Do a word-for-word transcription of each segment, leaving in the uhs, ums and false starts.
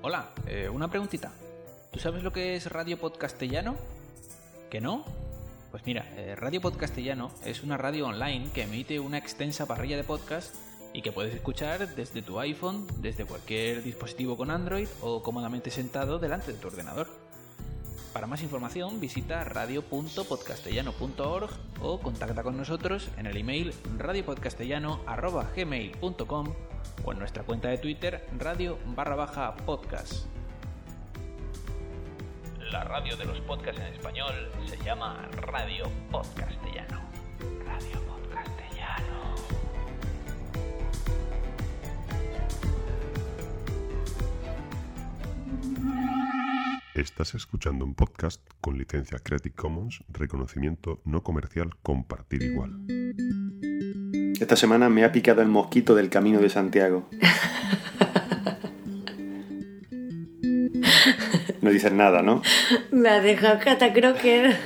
Hola, eh, una preguntita. ¿Tú sabes lo que es Radio Podcastellano? ¿Que no? Pues mira, eh, Radio Podcastellano es una radio online que emite una extensa parrilla de podcasts y que puedes escuchar desde tu iPhone, desde cualquier dispositivo con Android o cómodamente sentado delante de tu ordenador. Para más información visita radio punto podcastellano punto org o contacta con nosotros en el email radiopodcastellano arroba gmail punto com o en nuestra cuenta de Twitter radio barra baja podcast. La radio de los podcasts en español se llama Radio Podcastellano. Radio Podcastellano. Estás escuchando un podcast con licencia Creative Commons, reconocimiento no comercial, compartir igual. Esta semana me ha picado el mosquito del Camino de Santiago. No dices nada, ¿no? Me ha dejado catacroker.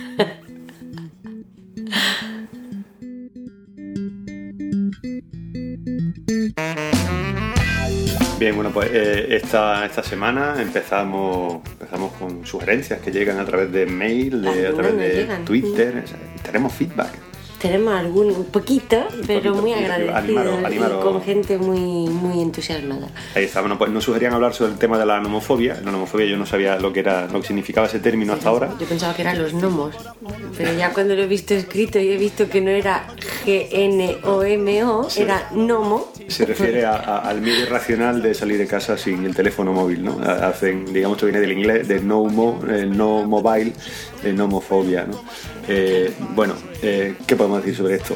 Bien, bueno, pues eh, esta, esta semana empezamos, empezamos con sugerencias que llegan a través de mail, de, a través de llegan. Twitter. O sea, tenemos feedback. Tenemos algún un poquito, pero poquito, muy poquito. agradecido Animaros, animaros. y con gente muy, muy entusiasmada. Ahí está. Bueno, pues nos sugerían hablar sobre el tema de la nomofobia. La nomofobia, yo no sabía lo que era, lo que significaba ese término hasta ahora. Yo pensaba que eran los gnomos, pero ya cuando lo he visto escrito y he visto que no era G N O M O, Sí. era gnomo. Se refiere a, a, al miedo irracional de salir de casa sin el teléfono móvil, ¿no? Hacen, digamos, que viene del inglés, de no, mo, eh, no mobile, de nomofobia, ¿no? Eh, bueno, eh, ¿qué podemos decir sobre esto?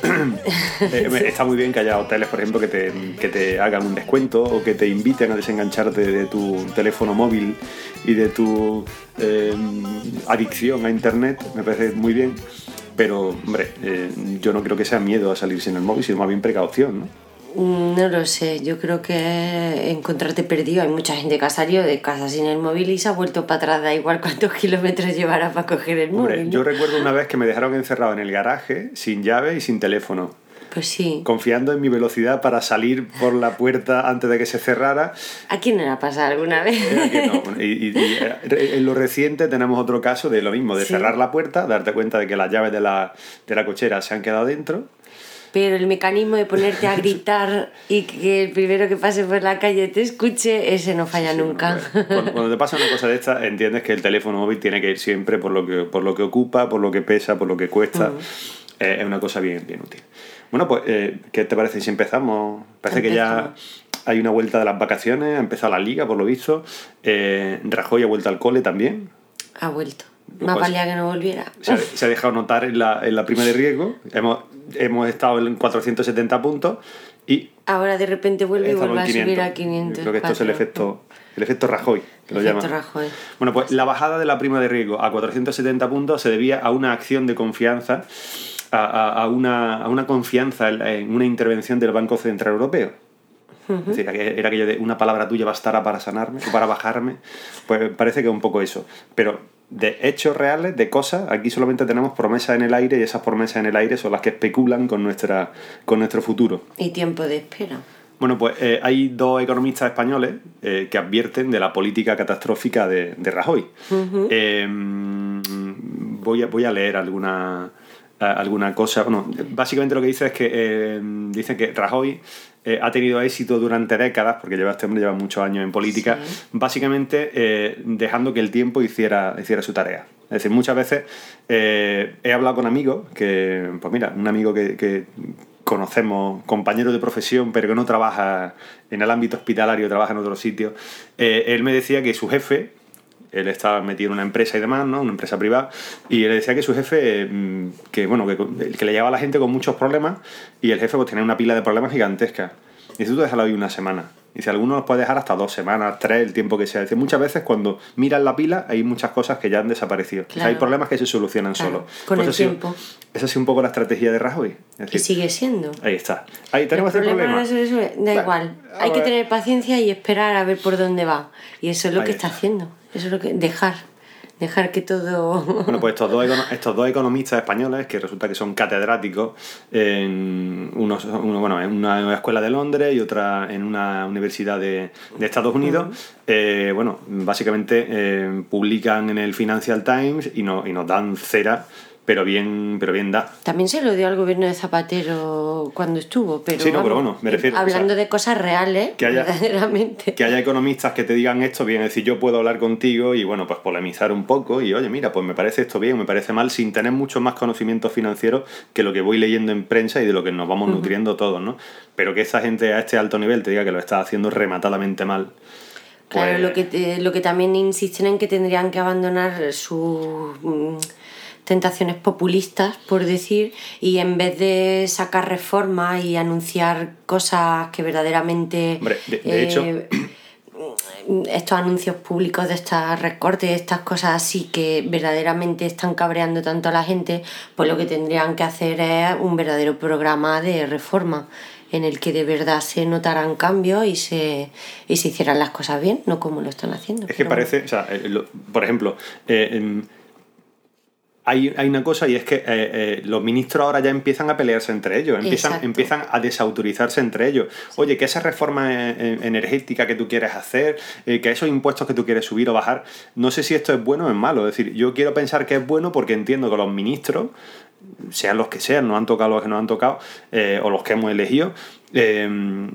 eh, está muy bien que haya hoteles, por ejemplo, que te, que te hagan un descuento o que te inviten a desengancharte de tu teléfono móvil y de tu eh, adicción a internet. Me parece muy bien, pero, hombre, eh, yo no creo que sea miedo a salir sin el móvil, sino más bien precaución, ¿no? No lo sé, yo creo que encontrarte perdido. Hay mucha gente que ha salido de casa sin el móvil y se ha vuelto para atrás, da igual cuántos kilómetros llevará para coger el Hombre, móvil, ¿no? yo recuerdo una vez que me dejaron encerrado en el garaje sin llave y sin teléfono, Pues sí. confiando en mi velocidad para salir por la puerta antes de que se cerrara. ¿A quién no le ha pasado alguna vez? Era que no. Y, y- y, eh, en lo reciente tenemos otro caso de lo mismo, de Sí. cerrar la puerta, darte cuenta de que las llaves de la, de la cochera se han quedado dentro. Pero el mecanismo de ponerte a gritar y que el primero que pase por la calle te escuche, ese no falla nunca. Cuando, cuando te pasa una cosa de esta, entiendes que el teléfono móvil tiene que ir siempre por lo que, por lo que ocupa, por lo que pesa, por lo que cuesta. Mm. Eh, es una cosa bien, bien útil. Bueno, pues, eh, ¿qué te parece si empezamos? Parece que ya hay una vuelta de las vacaciones, ha empezado la liga, por lo visto. Eh, Rajoy ha vuelto al cole también. Ha vuelto. Más Pues- valía que no volviera. Se ha, se ha dejado notar en la, en la prima de riesgo. Hemos, hemos estado en cuatrocientos setenta puntos y Ahora de repente vuelve y estamos vuelve a en subir quinientos. a quinientos. Yo creo que esto es el cuatro. efecto, el efecto Rajoy, que lo Efecto llaman. Rajoy. Bueno, pues la bajada de la prima de riesgo a cuatrocientos setenta puntos se debía a una acción de confianza, a, a- a una, a una confianza en, en una intervención del Banco Central Europeo. Es decir, que era aquello de una palabra tuya bastará para sanarme o para bajarme. Pues parece que es un poco eso. Pero de hechos reales, de cosas, aquí solamente tenemos promesas en el aire y esas promesas en el aire son las que especulan con, nuestra, con nuestro futuro. Y tiempo de espera. Bueno, pues eh, hay dos economistas españoles eh, que advierten de la política catastrófica de, de Rajoy. Eh, voy, a, voy a leer alguna, a- alguna cosa. Bueno, básicamente lo que dice es que eh, dice que Rajoy eh, ha tenido éxito durante décadas, porque lleva este hombre lleva muchos años en política, Sí. básicamente eh, dejando que el tiempo hiciera, hiciera su tarea. Es decir, muchas veces eh, he hablado con amigos que, pues mira, un amigo que, que conocemos, compañero de profesión, pero que no trabaja en el ámbito hospitalario, trabaja en otro sitio, eh, él me decía que su jefe, él estaba metido en una empresa y demás, ¿no? Una empresa privada, y él decía que su jefe, mm, que bueno, que, que le llevaba a la gente con muchos problemas, y el jefe pues tenía una pila de problemas gigantescas. Y dice, tú déjalo ahí una semana. Dice, algunos los puedes dejar hasta dos semanas, tres, el tiempo que sea. Dice, muchas veces cuando miras la pila hay muchas cosas que ya han desaparecido. Dice, Claro. hay problemas que se solucionan Claro, solos. con Pues el esa ha sido- tiempo. Esa ha sido un poco la estrategia de Rajoy. Es Y decir, sigue siendo. ahí está. Ahí tenemos el este problema problema. no es eso, da Bueno, igual. a Hay que ver. tener paciencia y esperar a ver por dónde va. Y eso es lo Ahí que está. está haciendo. Eso es lo que... Dejar. Dejar que todo... Bueno, pues estos dos, estos dos economistas españoles, que resulta que son catedráticos en, unos, uno, bueno, en una escuela de Londres y otra en una universidad de, de Estados Unidos, uh-huh. eh, bueno, básicamente eh, publican en el Financial Times y, no, y nos dan cera, pero bien, pero bien da. También se lo dio al gobierno de Zapatero cuando estuvo, pero, sí, no, vamos, pero bueno, me refiero, hablando o sea, de cosas reales, que haya, verdaderamente. Que haya economistas que te digan esto, bien, es decir, yo puedo hablar contigo y bueno, pues polemizar un poco y oye, mira, pues me parece esto bien, me parece mal, sin tener mucho más conocimientos financieros que lo que voy leyendo en prensa y de lo que nos vamos uh-huh. nutriendo todos, ¿no? Pero que esa gente a este alto nivel te diga que lo está haciendo rematadamente mal. Claro, pues... lo que te, lo que también insisten en que tendrían que abandonar su... Mmm, tentaciones populistas, por decir, y en vez de sacar reformas y anunciar cosas que verdaderamente... Hombre, de, de eh, hecho... estos anuncios públicos de estos recortes, estas cosas así que verdaderamente están cabreando tanto a la gente, pues lo que tendrían que hacer es un verdadero programa de reforma en el que de verdad se notaran cambios y se, y se hicieran las cosas bien, no como lo están haciendo. Es que parece, bueno. o sea, eh, lo, por ejemplo... Eh, eh, Hay, hay una cosa y es que eh, eh, los ministros ahora ya empiezan a pelearse entre ellos, empiezan, empiezan a desautorizarse entre ellos. Oye, que esa reforma energética que tú quieres hacer, eh, que esos impuestos que tú quieres subir o bajar, no sé si esto es bueno o es malo. Es decir, yo quiero pensar que es bueno porque entiendo que los ministros, sean los que sean, nos han tocado los que nos han tocado, eh, o los que hemos elegido, eh,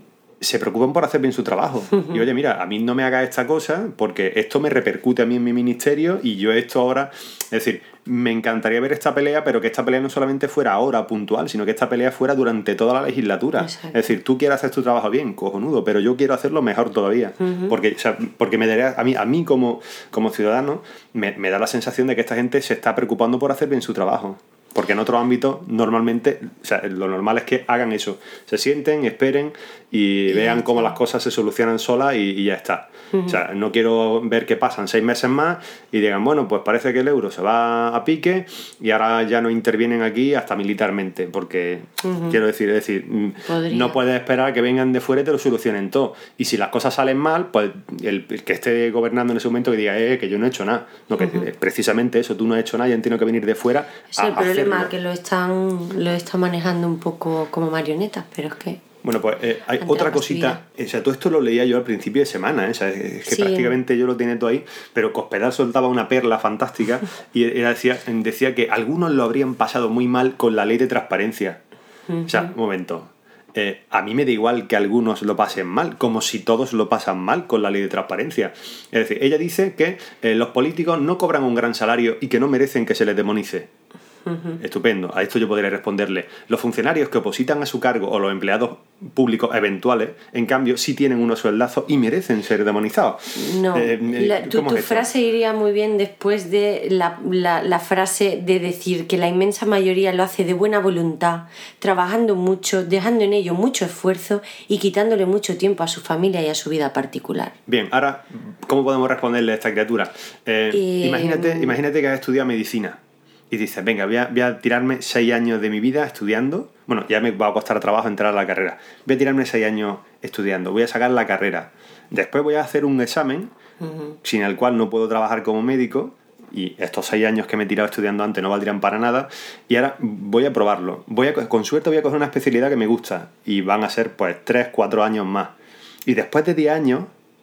se preocupan por hacer bien su trabajo. Y oye, mira, a mí no me hagas esta cosa porque esto me repercute a mí en mi ministerio y yo esto ahora... Es decir, me encantaría ver esta pelea, pero que esta pelea no solamente fuera ahora puntual, sino que esta pelea fuera durante toda la legislatura. Exacto. Es decir, tú quieres hacer tu trabajo bien, cojonudo, pero yo quiero hacerlo mejor todavía. Uh-huh. Porque, o sea, porque me daría, a mí, a mí como, como ciudadano me, me da la sensación de que esta gente se está preocupando por hacer bien su trabajo. Porque en otros ámbitos, normalmente, o sea, lo normal es que hagan eso. Se sienten, esperen y, y vean cómo las cosas se solucionan solas y, y ya está. Uh-huh. O sea, no quiero ver que pasan seis meses más y digan, bueno, pues parece que el euro se va a pique y ahora ya no intervienen aquí hasta militarmente. Porque, uh-huh. quiero decir, es decir, Podría. no puedes esperar que vengan de fuera y te lo solucionen todo. Y si las cosas salen mal, pues el, el que esté gobernando en ese momento que diga, eh, que yo no he hecho nada. No, que uh-huh. precisamente eso, tú no has hecho nada y han tenido que venir de fuera a, a hacerlo. Que lo están, lo están manejando un poco como marionetas, pero es que... Bueno, pues eh, hay otra cosita, o sea, todo esto lo leía yo al principio de semana, ¿eh? O sea, es que sí. prácticamente yo lo tenía todo ahí, pero Cospedal soltaba una perla fantástica y era, decía, decía que algunos lo habrían pasado muy mal con la ley de transparencia. Uh-huh. O sea, un momento... Eh, a mí me da igual que algunos lo pasen mal, como si todos lo pasan mal con la ley de transparencia. Es decir, ella dice que eh, los políticos no cobran un gran salario y que no merecen que se les demonice. Uh-huh. Estupendo. A esto yo podría responderle. Los funcionarios que opositan a su cargo o los empleados públicos eventuales, en cambio, sí tienen unos sueldazos y merecen ser demonizados. No, eh, la, tu, tu frase iría muy bien después de la, la, la frase de decir que la inmensa mayoría lo hace de buena voluntad, trabajando mucho, dejando en ello mucho esfuerzo y quitándole mucho tiempo a su familia y a su vida particular. Bien, ahora, ¿cómo podemos responderle a esta criatura? Eh, eh, imagínate, imagínate que has estudiado medicina. Y dices, venga, voy a, voy a tirarme seis años de mi vida estudiando. Bueno, ya me va a costar trabajo entrar a la carrera. Voy a tirarme seis años estudiando. Voy a sacar la carrera. Después voy a hacer un examen uh-huh. sin el cual no puedo trabajar como médico. Y estos seis años que me he tirado estudiando antes no valdrían para nada. Y ahora voy a probarlo. Voy a, con suerte voy a coger una especialidad que me gusta. Y van a ser pues tres, cuatro años más. Y después de diez años...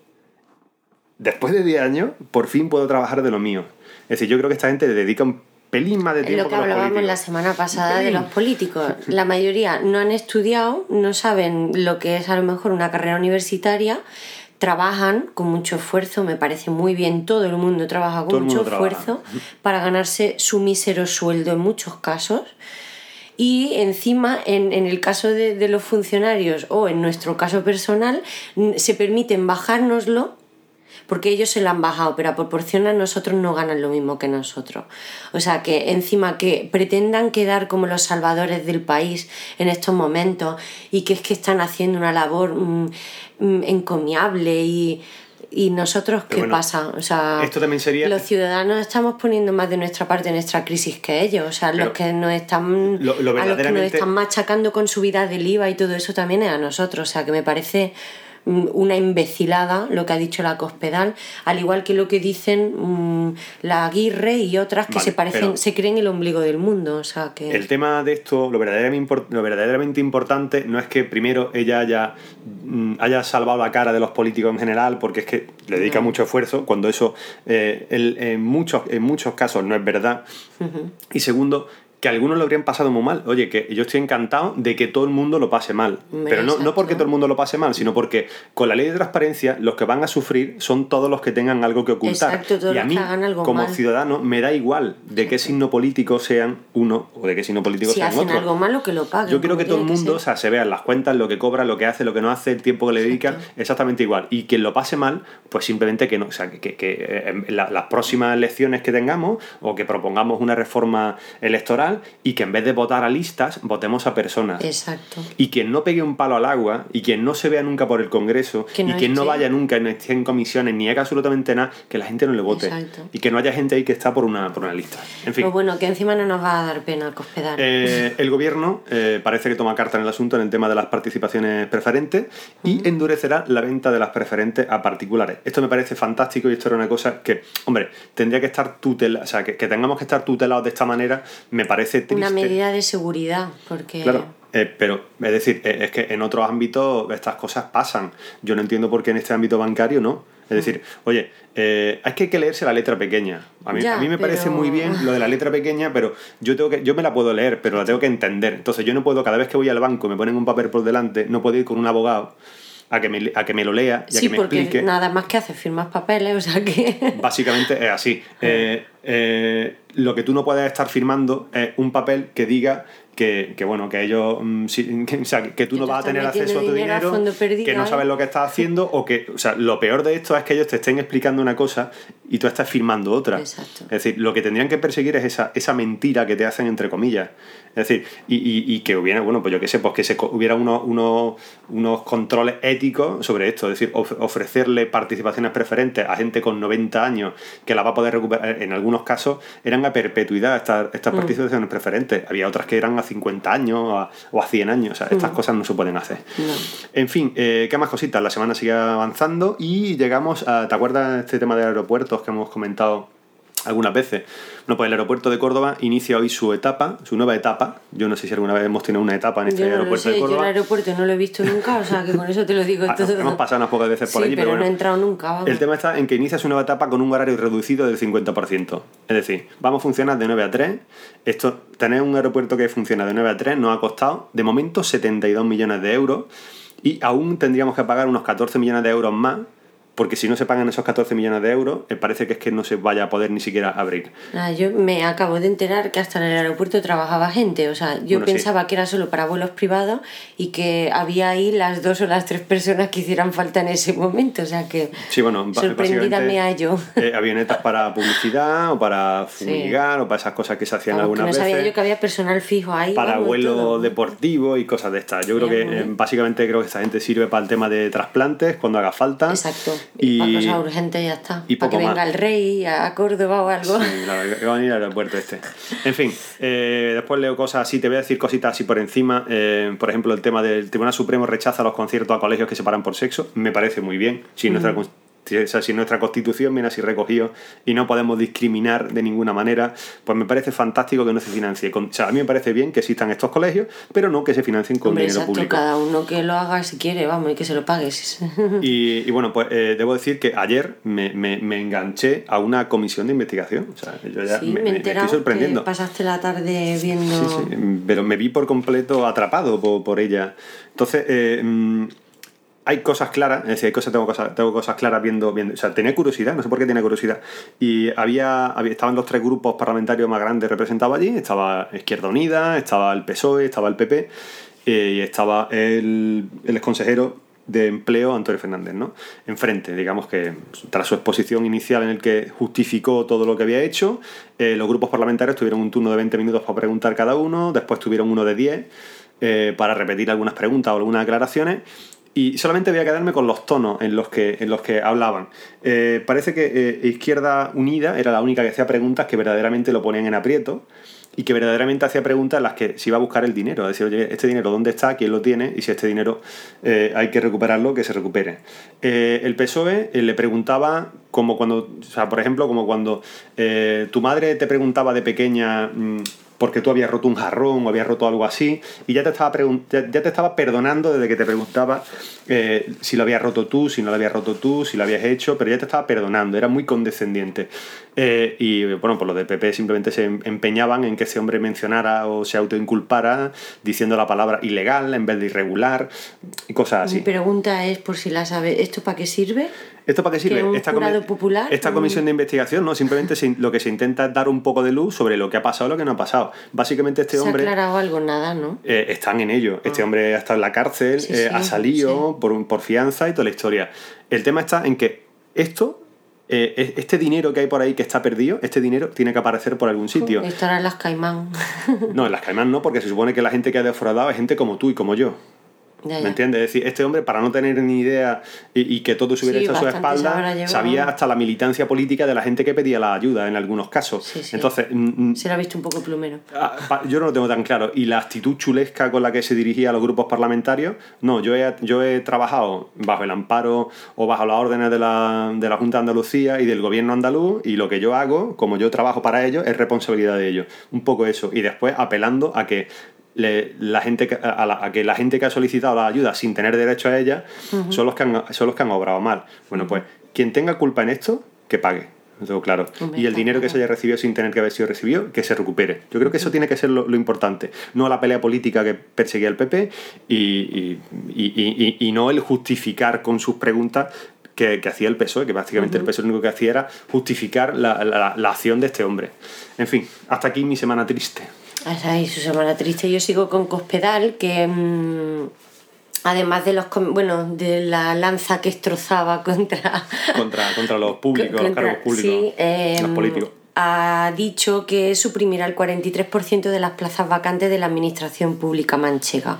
Después de diez años, por fin puedo trabajar de lo mío. Es decir, yo creo que esta gente le dedica un pelín más de tiempo. Lo que hablábamos la semana pasada de los políticos. La mayoría no han estudiado, no saben lo que es a lo mejor una carrera universitaria, trabajan con mucho esfuerzo, me parece muy bien, todo el mundo trabaja con todo mucho esfuerzo trabaja. Para ganarse su mísero sueldo en muchos casos. Y encima, en, en el caso de, de los funcionarios o en nuestro caso personal, se permiten bajárnoslo porque ellos se lo han bajado, pero a proporción a nosotros no ganan lo mismo que nosotros. O sea, que encima que pretendan quedar como los salvadores del país en estos momentos y que es que están haciendo una labor mmm, mmm, encomiable y... ¿Y nosotros qué bueno, pasa? O sea, esto también sería... los ciudadanos estamos poniendo más de nuestra parte en esta crisis que ellos. O sea, los que nos están, lo, lo verdaderamente... a los que nos están machacando con subida del I V A y todo eso también es a nosotros. O sea, que me parece una imbecilada lo que ha dicho la Cospedal, al igual que lo que dicen mmm, la Aguirre y otras que vale, se parecen, se creen el ombligo del mundo. O sea, que... El tema de esto, lo verdaderamente, import- lo verdaderamente importante no es que primero ella haya, mm, haya salvado la cara de los políticos en general, porque es que le dedica no. mucho esfuerzo, cuando eso eh, el, en, muchos, en muchos casos no es verdad. Uh-huh. Y segundo, que algunos lo habrían pasado muy mal. Oye, que yo estoy encantado de que todo el mundo lo pase mal. Pero no, no porque todo el mundo lo pase mal, sino porque con la ley de transparencia los que van a sufrir son todos los que tengan algo que ocultar. Exacto, todos y a los mí, que hagan algo como mal. ciudadano, me da igual de Exacto. qué signo político sean uno o de qué signo político si sean otro. Si hacen algo malo, que lo paguen. Yo quiero que todo el mundo o sea, se vea las cuentas, lo que cobra, lo que hace, lo que no hace, el tiempo que le dedica, Exacto. exactamente igual. Y quien lo pase mal, pues simplemente que no, o sea, que, que, que en la, las próximas elecciones que tengamos o que propongamos una reforma electoral y que en vez de votar a listas, votemos a personas. Exacto. Y quien no pegue un palo al agua, y quien no se vea nunca por el Congreso, que no y quien esté... no vaya nunca, no esté en comisiones, ni haga absolutamente nada, que la gente no le vote. Exacto. Y que no haya gente ahí que está por una, por una lista. En fin. Pues bueno, que encima no nos va a dar pena Cospedal. Eh, el gobierno eh, parece que toma carta en el asunto en el tema de las participaciones preferentes y uh-huh. endurecerá la venta de las preferentes a particulares. Esto me parece fantástico y esto era una cosa que, hombre, tendría que estar tutelado, o sea, que, que tengamos que estar tutelados de esta manera, me parece triste. Una medida de seguridad, porque... Claro, eh, pero es decir, eh, es que en otros ámbitos estas cosas pasan. Yo no entiendo por qué en este ámbito bancario no. Es decir, oye, eh, es que hay que leerse la letra pequeña. A mí, ya, a mí me pero... parece muy bien lo de la letra pequeña, pero yo tengo que yo me la puedo leer, pero la tengo que entender. Entonces yo no puedo, cada vez que voy al banco me ponen un papel por delante, no puedo ir con un abogado a que me, a que me lo lea y a sí, que me porque explique. Nada más que hace firmas papeles, o sea que... Básicamente es así. Eh, eh, lo que tú no puedes estar firmando es un papel que diga que, que bueno, que ellos mm, sí, que, o sea, que tú no vas a tener acceso a tu dinero, perdido, que no sabes ¿eh? lo que estás haciendo, o que, o sea, lo peor de esto es que ellos te estén explicando una cosa y tú estás firmando otra. Exacto. Es decir, lo que tendrían que perseguir es esa, esa mentira que te hacen entre comillas. Es decir, y, y, y que hubiera, bueno, pues yo qué sé, pues que se, hubiera unos, unos, unos controles éticos sobre esto. Es decir, of, ofrecerle participaciones preferentes a gente con noventa años que la va a poder recuperar. En algunos casos eran a perpetuidad estas, estas mm. participaciones preferentes. Había otras que eran a cincuenta años a, o a cien años. O sea, estas mm. cosas no se pueden hacer. No. En fin, eh, ¿qué más cositas? La semana sigue avanzando y llegamos a... ¿Te acuerdas de este tema de aeropuertos que hemos comentado algunas veces? Bueno, pues el aeropuerto de Córdoba inicia hoy su etapa, su nueva etapa. Yo no sé si alguna vez hemos tenido una etapa en este yo no aeropuerto sé, de Córdoba. Yo el aeropuerto no lo he visto nunca, o sea que con eso te lo digo todo. Hemos pasado unas pocas veces por sí, allí, pero, pero bueno, no he entrado nunca. Vamos. El tema está en que inicia su nueva etapa con un horario reducido del cincuenta por ciento. Es decir, vamos a funcionar de nueve a tres. Esto, tener un aeropuerto que funciona de nueve a tres nos ha costado, de momento, setenta y dos millones de euros. Y aún tendríamos que pagar unos catorce millones de euros más, porque si no se pagan esos catorce millones de euros, eh, parece que es que no se vaya a poder ni siquiera abrir. Ah, yo me acabo de enterar que hasta en el aeropuerto trabajaba gente. O sea, yo bueno, pensaba sí. que era solo para vuelos privados y que había ahí las dos o las tres personas que hicieran falta en ese momento. O sea que sí, bueno, sorprendida me hallo. Eh, avionetas para publicidad o para fumigar sí. o para esas cosas que se hacían claro, algunas que no veces. sabía yo que había personal fijo ahí. Para vamos, vuelo todo. deportivo y cosas de estas. Yo creo sí, que eh, básicamente creo que esta gente sirve para el tema de trasplantes cuando haga falta. Exacto. Y para cosas urgentes ya está. Y para que venga más. el rey a Córdoba o algo. Sí, claro, que van a ir al aeropuerto este. En fin, eh, después leo cosas así, te voy a decir cositas así por encima. Eh, por ejemplo, el tema del Tribunal Supremo rechaza los conciertos a colegios que se paran por sexo. Me parece muy bien. Si mm. nuestra O sea, si nuestra Constitución viene así recogido y no podemos discriminar de ninguna manera, pues me parece fantástico que no se financie. Con, o sea, a mí me parece bien que existan estos colegios, pero no que se financien con Hombre, dinero exacto, público. Cada uno que lo haga si quiere, vamos, y que se lo pague. Y, y bueno, pues eh, debo decir que ayer me, me, me enganché a una comisión de investigación. O sea, yo ya sí, me, me, me estoy sorprendiendo. Que pasaste la tarde viendo... Sí, sí, pero me vi por completo atrapado por, por ella. Entonces... Eh, hay cosas claras, es decir, hay cosas, tengo cosas, tengo cosas claras viendo, viendo, o sea, tenía curiosidad, no sé por qué tenía curiosidad, y había, había estaban los tres grupos parlamentarios más grandes representados allí, estaba Izquierda Unida, estaba el P S O E, estaba el P P, eh, y estaba el, el exconsejero de Empleo, Antonio Fernández, ¿no? Enfrente, digamos que tras su exposición inicial en el que justificó todo lo que había hecho, eh, los grupos parlamentarios tuvieron un turno de veinte minutos para preguntar cada uno, después tuvieron uno de diez eh, para repetir algunas preguntas o algunas aclaraciones. Y solamente voy a quedarme con los tonos en los que, en los que hablaban. Eh, parece que eh, Izquierda Unida era la única que hacía preguntas que verdaderamente lo ponían en aprieto. y que verdaderamente hacía preguntas en las que se iba a buscar el dinero, a decir, oye, este dinero ¿dónde está? ¿Quién lo tiene? Y si este dinero eh, hay que recuperarlo, que se recupere. Eh, el P S O E eh, le preguntaba como cuando, o sea, por ejemplo, como cuando eh, tu madre te preguntaba de pequeña mmm, porque tú habías roto un jarrón o habías roto algo así, y ya te estaba, ya, ya te estaba perdonando desde que te preguntaba eh, si lo habías roto tú, si no lo habías roto tú, si lo habías hecho, pero ya te estaba perdonando, era muy condescendiente. Eh, y bueno, pues los de P P simplemente se empeñaban en que ese hombre mencionara o se autoinculpara diciendo la palabra ilegal en vez de irregular y cosas así. Mi pregunta es, por si la sabe, ¿esto para qué sirve? ¿Esto para qué sirve? ¿Un esta jurado comi- popular? Esta comisión un... de investigación, ¿no? Simplemente se, lo que se intenta es dar un poco de luz sobre lo que ha pasado y lo que no ha pasado. Básicamente este hombre... ¿Se ha aclarado algo? Nada, ¿no? Eh, están en ello. Este ah. hombre ha estado en la cárcel, sí, eh, sí, ha salido sí. por, por fianza y toda la historia. El tema está en que esto... Eh, este dinero que hay por ahí que está perdido, este dinero tiene que aparecer por algún sitio. Esto era en las Caimán. No, en las Caimán no, porque se supone que la gente que ha defraudado es gente como tú y como yo. Ya, ya. ¿Me entiendes? Es decir, este hombre, para no tener ni idea y, y que todo se hubiera sí, hecho a su espalda, sabía hasta la militancia política de la gente que pedía la ayuda en algunos casos. Sí, sí. Entonces, mm, se lo ha visto un poco plumero. yo no lo tengo tan claro. Y la actitud chulesca con la que se dirigía a los grupos parlamentarios, no, yo he, yo he trabajado bajo el amparo o bajo las órdenes de la, de la Junta de Andalucía y del gobierno andaluz, y lo que yo hago, como yo trabajo para ellos, es responsabilidad de ellos. Un poco eso. Y después apelando a que Le, la gente que, a, la, a que la gente que ha solicitado la ayuda sin tener derecho a ella uh-huh. son, los que han, son los que han obrado mal. Bueno, pues quien tenga culpa en esto, que pague. Lo tengo claro. Hombre, y el dinero claro. que se haya recibido sin tener que haber sido recibido, que se recupere. Yo creo que eso uh-huh. tiene que ser lo, lo importante. No la pelea política que perseguía el P P y, y, y, y, y, y no el justificar con sus preguntas que, que hacía el P S O E, que básicamente uh-huh. el P S O E lo único que hacía era justificar la, la, la acción de este hombre. En fin, hasta aquí mi semana triste. Ay, su semana triste. Yo sigo con Cospedal, que mmm, además de los bueno de la lanza que estrozaba contra contra, contra los públicos, contra, los cargos públicos, sí, eh, los políticos, ha dicho que suprimirá el cuarenta y tres por ciento de las plazas vacantes de la administración pública manchega.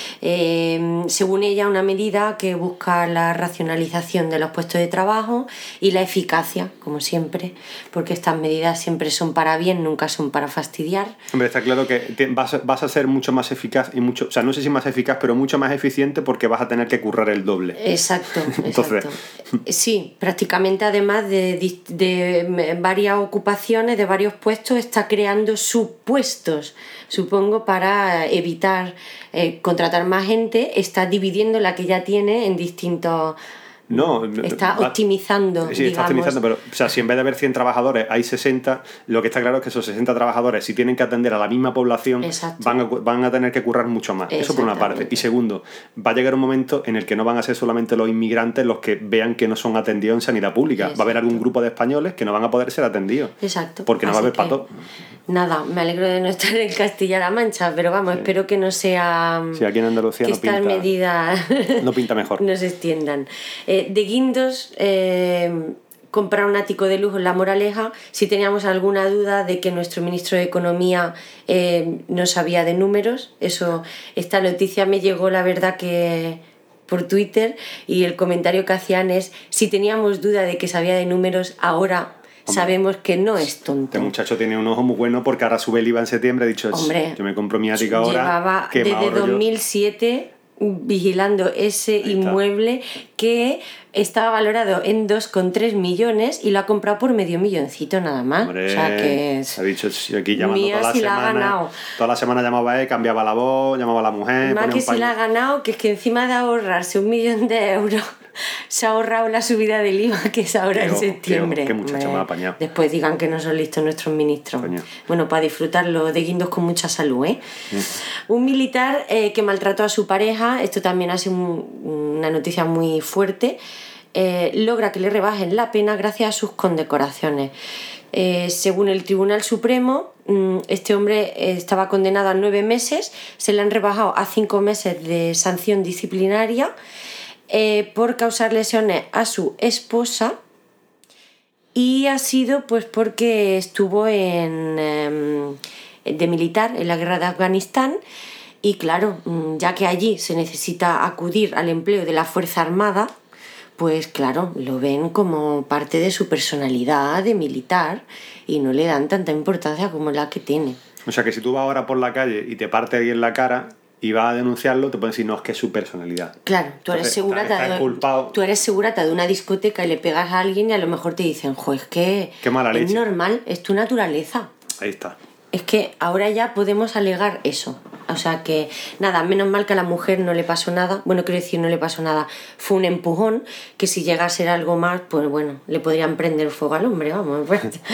Eh, según ella, una medida que busca la racionalización de los puestos de trabajo y la eficacia, como siempre, porque estas medidas siempre son para bien, nunca son para fastidiar. Hombre, está claro que te, vas, vas a ser mucho más eficaz y mucho, o sea, no sé si más eficaz, pero mucho más eficiente porque vas a tener que currar el doble. Exacto, Entonces... exacto. Sí, prácticamente además de, de, de varias ocupaciones, de varios puestos, está creando subpuestos, supongo, para evitar eh, contratar más gente, está dividiendo la que ya tiene en distintos... No, está va, optimizando. Sí, está digamos. optimizando, pero o sea, si en vez de haber cien trabajadores hay sesenta, lo que está claro es que esos sesenta trabajadores, si tienen que atender a la misma población, van a, van a tener que currar mucho más. Eso por una parte. Y segundo, va a llegar un momento en el que no van a ser solamente los inmigrantes los que vean que no son atendidos en sanidad pública. Exacto. Va a haber algún grupo de españoles que no van a poder ser atendidos. Exacto. Porque no Así va a haber pato. Nada, me alegro de no estar en Castilla-La Mancha, pero vamos, sí. espero que no sea... Sí, aquí en Andalucía que no pinta... estas medidas no pinta mejor. no se extiendan. Eh, de Guindos, eh, comprar un ático de lujo en La Moraleja, si teníamos alguna duda de que nuestro ministro de Economía eh, no sabía de números, eso, esta noticia me llegó, la verdad, que por Twitter, y el comentario que hacían es, si teníamos duda de que sabía de números, ahora... Hombre, sabemos que no es tonto. Este muchacho tiene un ojo muy bueno porque ahora sube el I V A en septiembre. Ha dicho, hombre, yo me compro mi ática ahora. Llevaba que desde dos mil siete yo. vigilando ese inmueble que estaba valorado en dos coma tres millones y lo ha comprado por medio milloncito nada más. Hombre, o sea que es... ha dicho, aquí llamando Mía, toda la si semana. La ha ganado. Toda la semana llamaba él, cambiaba la voz, llamaba a la mujer. Más que si la ha ganado, que es que encima de ahorrarse un millón de euros se ha ahorrado la subida del I V A que es ahora qué en septiembre. Qué, qué muchacho me ha apañado. Después digan que no son listos nuestros ministros. Coño. Bueno, para disfrutarlo de Guindos con mucha salud, ¿eh? Mm. Un militar eh, que maltrató a su pareja, esto también ha sido un, una noticia muy fuerte, eh, logra que le rebajen la pena gracias a sus condecoraciones. Eh, según el Tribunal Supremo, este hombre estaba condenado a nueve meses, se le han rebajado a cinco meses de sanción disciplinaria eh, por causar lesiones a su esposa, y ha sido pues porque estuvo en, eh, de militar en la guerra de Afganistán, y claro, ya que allí se necesita acudir al empleo de la Fuerza Armada, pues claro, lo ven como parte de su personalidad de militar y no le dan tanta importancia como la que tiene. O sea que si tú vas ahora por la calle y te parte alguien en la cara y vas a denunciarlo, te pueden decir, no, es que es su personalidad. Claro, tú eres, segurata de, tú eres segurata de una discoteca y le pegas a alguien y a lo mejor te dicen, jo, es que Qué mala es leche. normal, es tu naturaleza. Ahí está. Es que ahora ya podemos alegar eso. O sea que, nada, menos mal que a la mujer no le pasó nada. Bueno, quiero decir, no le pasó nada. Fue un empujón que si llega a ser algo más, pues bueno, le podrían prender fuego al hombre, vamos.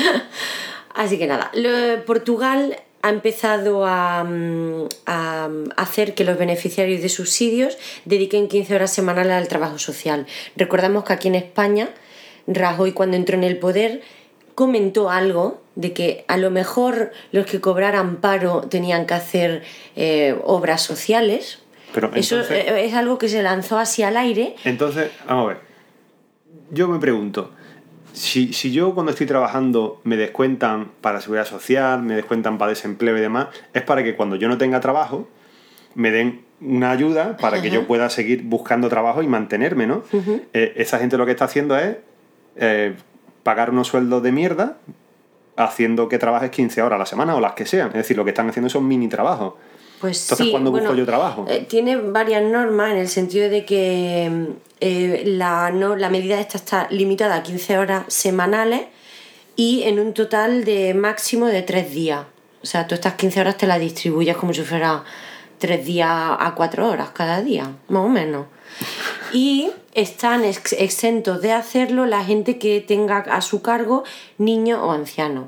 Así que nada, lo, Portugal ha empezado a, a hacer que los beneficiarios de subsidios dediquen quince horas semanales al trabajo social. Recordamos que aquí en España, Rajoy, cuando entró en el poder, comentó algo de que a lo mejor los que cobraran paro tenían que hacer eh, obras sociales. Pero entonces, eso es algo que se lanzó así al aire. Entonces, vamos a ver. Yo me pregunto, si, si yo cuando estoy trabajando me descuentan para seguridad social, me descuentan para desempleo y demás, es para que cuando yo no tenga trabajo me den una ayuda para Ajá. que yo pueda seguir buscando trabajo y mantenerme, ¿no? Uh-huh. Eh, esa gente lo que está haciendo es eh, pagar unos sueldos de mierda haciendo que trabajes quince horas a la semana o las que sean. Es decir, lo que están haciendo son mini trabajos. Pues Entonces, sí, ¿cuándo bueno, busco yo trabajo? Eh, tiene varias normas en el sentido de que eh, la, no, la medida esta está limitada a quince horas semanales y en un total de máximo de tres días. O sea, tú estas quince horas te las distribuyes como si fuera tres días a cuatro horas cada día, más o menos. Y están ex- exentos de hacerlo la gente que tenga a su cargo niños o ancianos.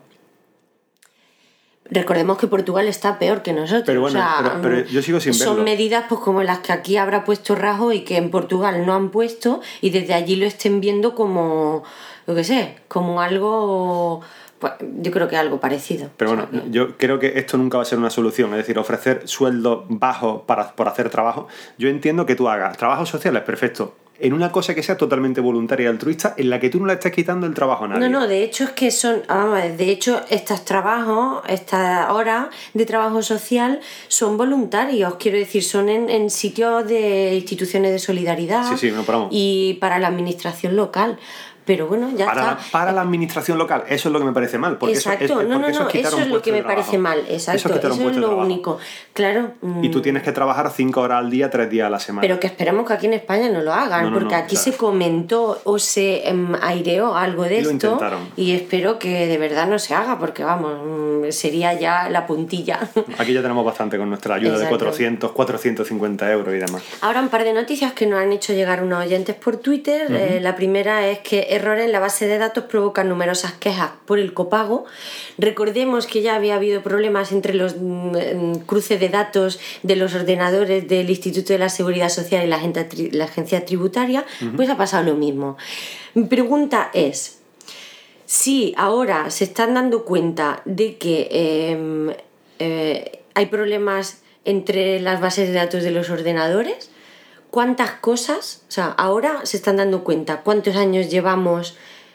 Recordemos que Portugal está peor que nosotros. Pero bueno, o sea, pero, pero yo sigo sin verlo. Son medidas pues como las que aquí habrá puesto Rajoy y que en Portugal no han puesto y desde allí lo estén viendo como, yo qué sé, como algo... Pues, yo creo que algo parecido. Pero o bueno, sea, que... yo creo que esto nunca va a ser una solución. Es decir, ofrecer sueldos bajos para, por hacer trabajo. Yo entiendo que tú hagas trabajos sociales, perfecto, en una cosa que sea totalmente voluntaria y altruista, en la que tú no le estés quitando el trabajo a nadie. No, no, de hecho es que son, vamos a ver, de hecho estos trabajos, estas horas de trabajo social son voluntarios, quiero decir, son en, en sitios de instituciones de solidaridad sí, sí, no paramos. Y para la administración local. Pero bueno, ya para está. La, para la administración local, eso es lo que me parece mal. Porque exacto, eso es, no, no, porque no, eso es, eso es lo que me parece mal, exacto, eso es, eso es lo único. Claro. Y tú tienes que trabajar cinco horas al día, tres días a la semana. Pero que esperemos que aquí en España no lo hagan, no, no, porque no, aquí o sea, se comentó o se um, aireó algo de y esto. Lo intentaron. Y espero que de verdad no se haga, porque vamos, um, sería ya la puntilla. Aquí ya tenemos bastante con nuestra ayuda exacto. de cuatrocientos, cuatrocientos cincuenta euros y demás. Ahora un par de noticias que nos han hecho llegar unos oyentes por Twitter. Uh-huh. Eh, la primera es que errores en la base de datos provocan numerosas quejas por el copago. Recordemos que ya había habido problemas entre los mm, cruces de datos de los ordenadores del Instituto de la Seguridad Social y la, gente, la agencia tributaria, uh-huh. pues ha pasado lo mismo. Mi pregunta es, si ahora se están dando cuenta de que eh, eh, hay problemas entre las bases de datos de los ordenadores, ¿cuántas cosas, o sea, ahora se están dando cuenta cuántos años llevamos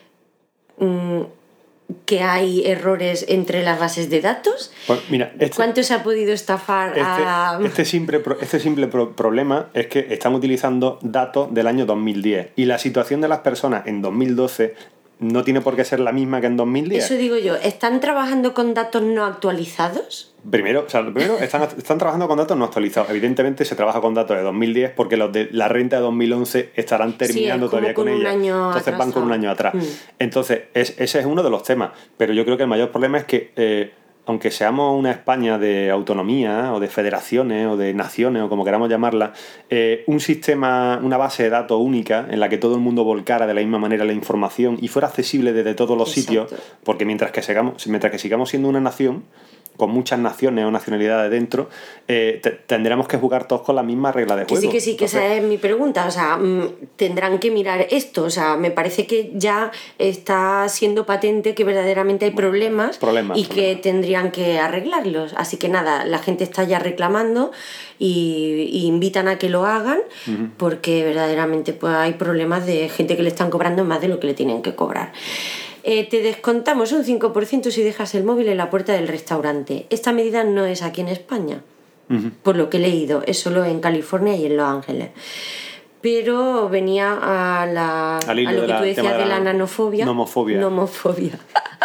que hay errores entre las bases de datos? Pues mira, este, ¿cuánto se ha podido estafar este, a...? Este simple, este simple pro- problema es que están utilizando datos del año dos mil diez y la situación de las personas en dos mil doce no tiene por qué ser la misma que en dos mil diez. Eso digo yo, ¿están trabajando con datos no actualizados? Primero, o sea, primero están, están trabajando con datos no actualizados. Evidentemente se trabaja con datos de dos mil diez porque los de la renta de dos mil once estarán terminando sí, todavía con, con ella. Entonces atrasado. Van con un año atrás. Mm. Entonces, es, ese es uno de los temas. Pero yo creo que el mayor problema es que, eh, aunque seamos una España de autonomía o de federaciones o de naciones o como queramos llamarla, eh, un sistema, una base de datos única en la que todo el mundo volcara de la misma manera la información y fuera accesible desde todos los Exacto. sitios, porque mientras que, sigamos, mientras que sigamos siendo una nación con muchas naciones o nacionalidades dentro, eh, te, tendremos que jugar todos con la misma regla de juego. Que sí, que sí, que Entonces, esa es mi pregunta. O sea, mmm, tendrán que mirar esto. O sea, me parece que ya está siendo patente que verdaderamente hay problemas, problemas y problemas. que tendrían que arreglarlos. Así que nada, la gente está ya reclamando y, y invitan a que lo hagan uh-huh. porque verdaderamente pues, hay problemas de gente que le están cobrando más de lo que le tienen que cobrar. Eh, te descontamos un cinco por ciento si dejas el móvil en la puerta del restaurante. Esta medida no es aquí en España, uh-huh. por lo que he leído, es solo en California y en Los Ángeles. Pero venía a, la, a lo que tú decías de la, de la nanofobia. Nomofobia. Nomofobia.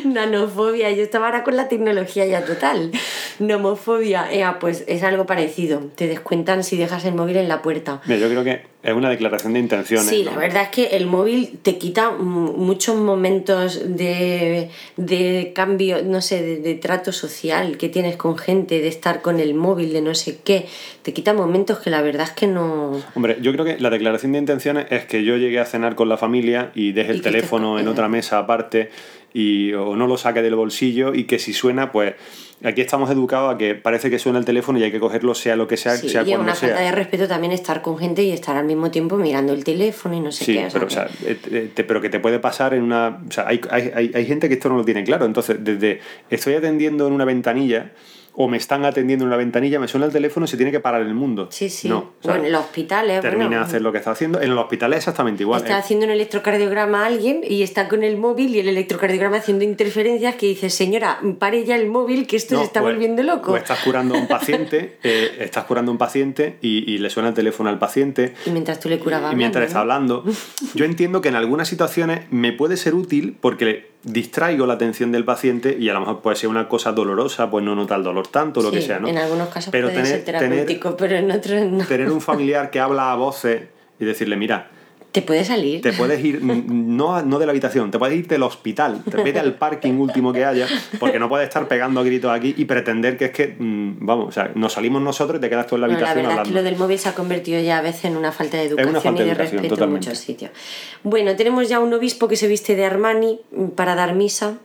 Nanofobia, yo estaba ahora con la tecnología ya total. Nomofobia, eh, pues es algo parecido. Te descuentan si dejas el móvil en la puerta. Mira, yo creo que es una declaración de intenciones. Sí, ¿no? la verdad es que el móvil te quita muchos momentos de, de cambio, no sé, de, de trato social que tienes con gente, de estar con el móvil, de no sé qué. Te quita momentos que la verdad es que no... Hombre, yo creo que la declaración de intenciones es que yo llegue a cenar con la familia y deje el Y que teléfono estés- en otra mesa aparte y o no lo saque del bolsillo y que si suena, pues aquí estamos educados a que parece que suena el teléfono y hay que cogerlo sea lo que sea, Sí, sea y es cuando una sea. falta de respeto también estar con gente y estar al mismo tiempo mirando el teléfono y no sé Sí, qué. O sea, pero, o que- sea, eh, eh, te- pero que te puede pasar en una... O sea, hay, hay, hay, hay gente que esto no lo tiene claro. Entonces, desde estoy atendiendo en una ventanilla o me están atendiendo en una ventanilla, me suena el teléfono y se tiene que parar el mundo. Sí, sí. No, o sea, bueno, en los hospitales... termina bueno, de hacer lo que está haciendo. En los hospitales es exactamente igual. Está eh. haciendo un electrocardiograma a alguien y está con el móvil y el electrocardiograma haciendo interferencias que dice, señora, pare ya el móvil que esto No, se está o- volviendo loco. O estás curando a un paciente, eh, estás curando a un paciente y, y le suena el teléfono al paciente. Y mientras tú le curabas Y mientras está hablando, hablando. Yo entiendo que en algunas situaciones me puede ser útil porque le distraigo la atención del paciente y a lo mejor puede ser una cosa dolorosa, pues no nota el dolor tanto, lo Sí, que sea, ¿no? en algunos casos Pero puede tener, ser terapéutico, pero en otros no. tener un familiar que habla a voces y decirle, mira, Te puede salir. te puedes ir, n- no, no de la habitación, te puedes ir del hospital, te vete al parking último que haya, porque no puedes estar pegando a gritos aquí y pretender que es que, mm, vamos, o sea, nos salimos nosotros y te quedas tú en la Bueno, la habitación verdad es que hablando. lo del móvil se ha convertido ya a veces en una falta de una educación falta y de de educación, respeto totalmente. en muchos sitios. Bueno, tenemos ya un obispo que se viste de Armani para dar misa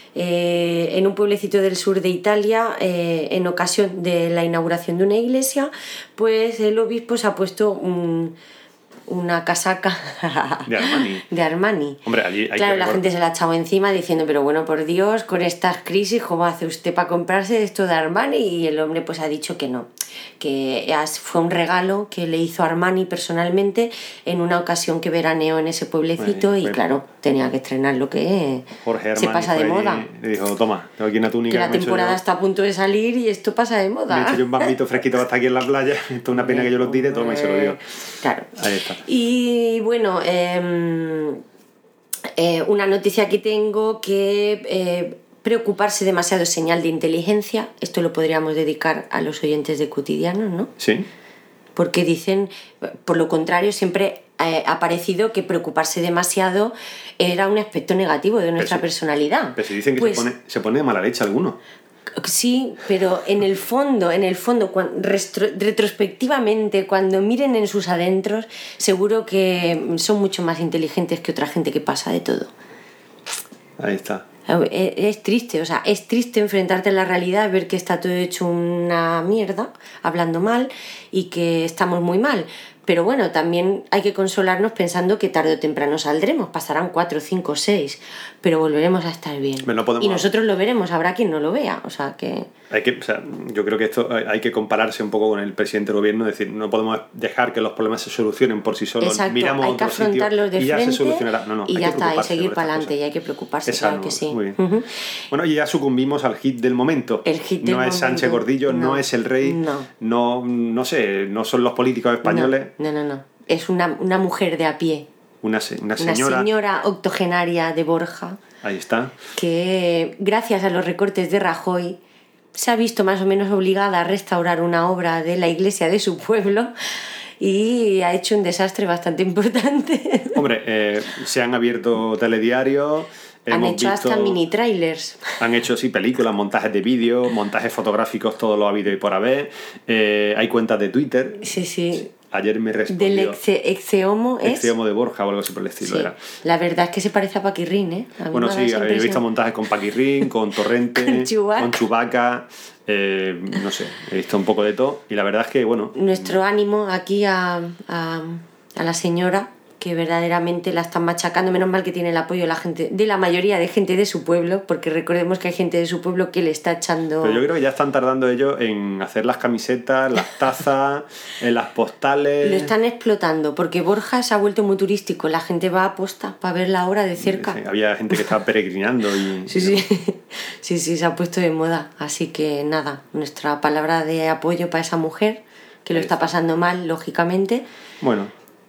eh, en un pueblecito del sur de Italia eh, en ocasión de la inauguración de una iglesia. Pues el obispo se ha puesto un, una casaca De Armani. de Armani. Hombre, allí hay Claro, que la recordar- gente se la ha echado encima diciendo, pero bueno, por Dios, con estas crisis, ¿cómo hace usted para comprarse esto de Armani? Y el hombre pues ha dicho que no, que as- fue un regalo que le hizo Armani personalmente en una ocasión que veraneó en ese pueblecito. Bueno, y bueno. claro, tenía que estrenar lo que Jorge se Armani pasa de fue allí moda. y dijo, toma, tengo aquí una túnica Que la me he hecho temporada yo- está a punto de salir y esto pasa de Me he moda. hecho yo un bambito fresquito hasta aquí en la playa. Esto es una pena que yo lo tire, toma y se lo dio. Claro. Ahí está. Y bueno, eh, eh, una noticia que tengo que eh, preocuparse demasiado es señal de inteligencia. Esto lo podríamos dedicar a los oyentes de Cotidianos, ¿no? Sí. Porque dicen, por lo contrario, siempre eh, ha parecido que preocuparse demasiado era un aspecto negativo de nuestra sí. personalidad. Pero si dicen que Pues, se, pone, se pone de mala leche alguno. sí, pero en el fondo, en el fondo, cuan- restro- retrospectivamente, cuando miren en sus adentros, seguro que son mucho más inteligentes que otra gente que pasa de todo. Ahí está. Es, es triste, o sea, es triste enfrentarte a la realidad, ver que está todo hecho una mierda, hablando mal, y que estamos muy mal. Pero bueno, también hay que consolarnos pensando que tarde o temprano saldremos, pasarán cuatro, cinco, seis, pero volveremos a estar bien. Pero no podemos- Y nosotros lo veremos, habrá quien no lo vea, o sea que... Hay que, o sea, yo creo que esto hay hay que compararse un poco con el presidente del gobierno, es decir, no podemos dejar que los problemas se solucionen por sí solos. Exacto, Miramos a hay que otro sitio afrontarlos de y ya frente se solucionará. No, no, y hay ya que está, y preocuparse seguir por estas para adelante, cosas. y hay que preocuparse, Es claro sano, que sí. muy bien. Ujú. Bueno, y ya sucumbimos al hit del momento. El hit del no es Sánchez momento. Gordillo, no, No, es el rey, no. no, no sé, no son los políticos españoles. No, no, no, no. Es una, una mujer de a pie, Una, se- una una señora. señora octogenaria de Borja, Ahí está. que gracias a los recortes de Rajoy se ha visto más o menos obligada a restaurar una obra de la iglesia de su pueblo y ha hecho un desastre bastante importante. Hombre, eh, se han abierto telediarios. Han hemos hecho hasta visto- mini trailers. Han hecho, sí, películas, montajes de vídeo, montajes fotográficos, todo lo ha habido y por haber. Eh, hay cuentas de Twitter. Sí, sí. Ayer me Del respondió. exe, exeomo es. Exeomo de Borja o algo así por el estilo Sí. era. La verdad es que se parece a Paquirrín, ¿eh? A mí Bueno, me ha sí, dado esa he impresión. visto montajes con Paquirrín, con Torrente, Con Chewbacca. con Chewbacca, eh, no sé, he visto un poco de todo y la verdad es que, bueno, Nuestro ánimo aquí a, a, a la señora, que verdaderamente la están machacando. Menos mal que tiene el apoyo de la gente, de la mayoría de gente de su pueblo, porque recordemos que hay gente de su pueblo que le está echando... pero yo creo que ya están tardando ellos en hacer las camisetas, las tazas, en las postales. Lo están explotando, porque Borja se ha vuelto muy turístico. La gente va a posta para ver la obra de cerca. Sí, había gente que estaba peregrinando y... Sí, sí. Sí, sí, se ha puesto de moda. Así que nada, nuestra palabra de apoyo para esa mujer, que lo está pasando mal, lógicamente. Bueno,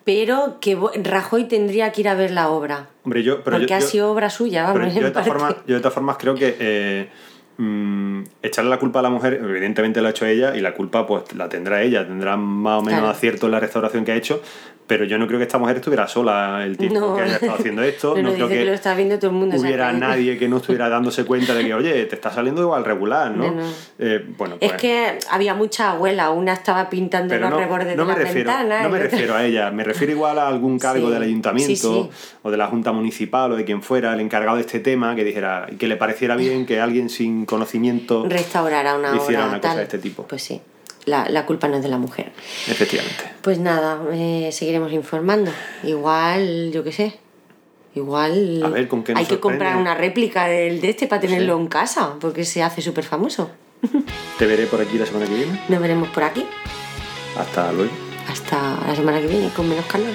pero que Rajoy tendría que ir a ver la obra. Hombre, yo, pero porque yo, ha yo, sido obra suya, vamos. Pero yo, de todas formas, yo de todas formas creo que eh, mmm, echarle la culpa a la mujer, evidentemente lo ha hecho ella y la culpa pues la tendrá ella, tendrá más o menos claro. acierto en la restauración que ha hecho, pero yo no creo que esta mujer estuviera sola el tiempo no. que haya estado haciendo esto. no, no no creo dice que, que lo está viendo todo el mundo. hubiera o sea, nadie que no estuviera dándose cuenta de que, oye, te está saliendo igual regular, ¿no? no, no. Eh, bueno, pues, es que había mucha abuela, una estaba pintando los no, rebordes no de la refiero, ventana. No me refiero a ella, me refiero igual a algún cargo sí. del ayuntamiento sí, sí. o de la junta municipal o de quien fuera el encargado de este tema que dijera, que le pareciera bien que alguien sin conocimiento restaurara una hiciera obra una tal. cosa de este tipo. Pues sí. La, la culpa no es de la mujer. Efectivamente. Pues nada, eh, seguiremos informando. Igual, yo qué sé. Igual a ver, ¿con qué nos hay que sorprende? comprar una réplica del, de este para tenerlo sí. en casa, porque se hace súper famoso. Te veré por aquí la semana que viene. Nos veremos por aquí. Hasta luego. Hasta la semana que viene, con menos canal.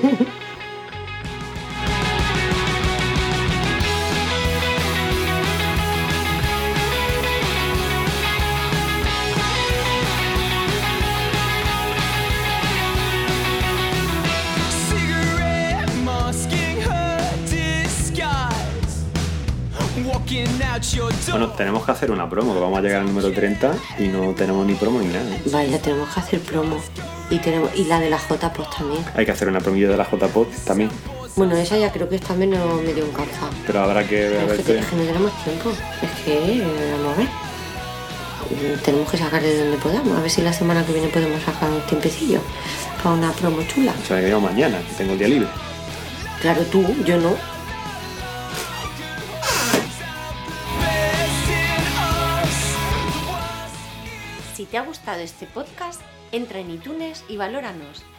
Bueno, tenemos que hacer una promo, que vamos a llegar al número treinta y no tenemos ni promo ni nada. ¿eh? Vaya, tenemos que hacer promo. Y tenemos y la de la J-Post también. Hay que hacer una promilla de la J-Post también. Bueno, esa ya creo que está menos medio en calza. Pero habrá que ver. Es que, es que no tenemos tiempo. Es que, vamos a ver. Tenemos que sacar de donde podamos. A ver si la semana que viene podemos sacar un tiempecillo para una promo chula. O sea, que yo mañana, que tengo el día libre. Claro, tú, yo no. Si te ha gustado este podcast, entra en iTunes y valóranos.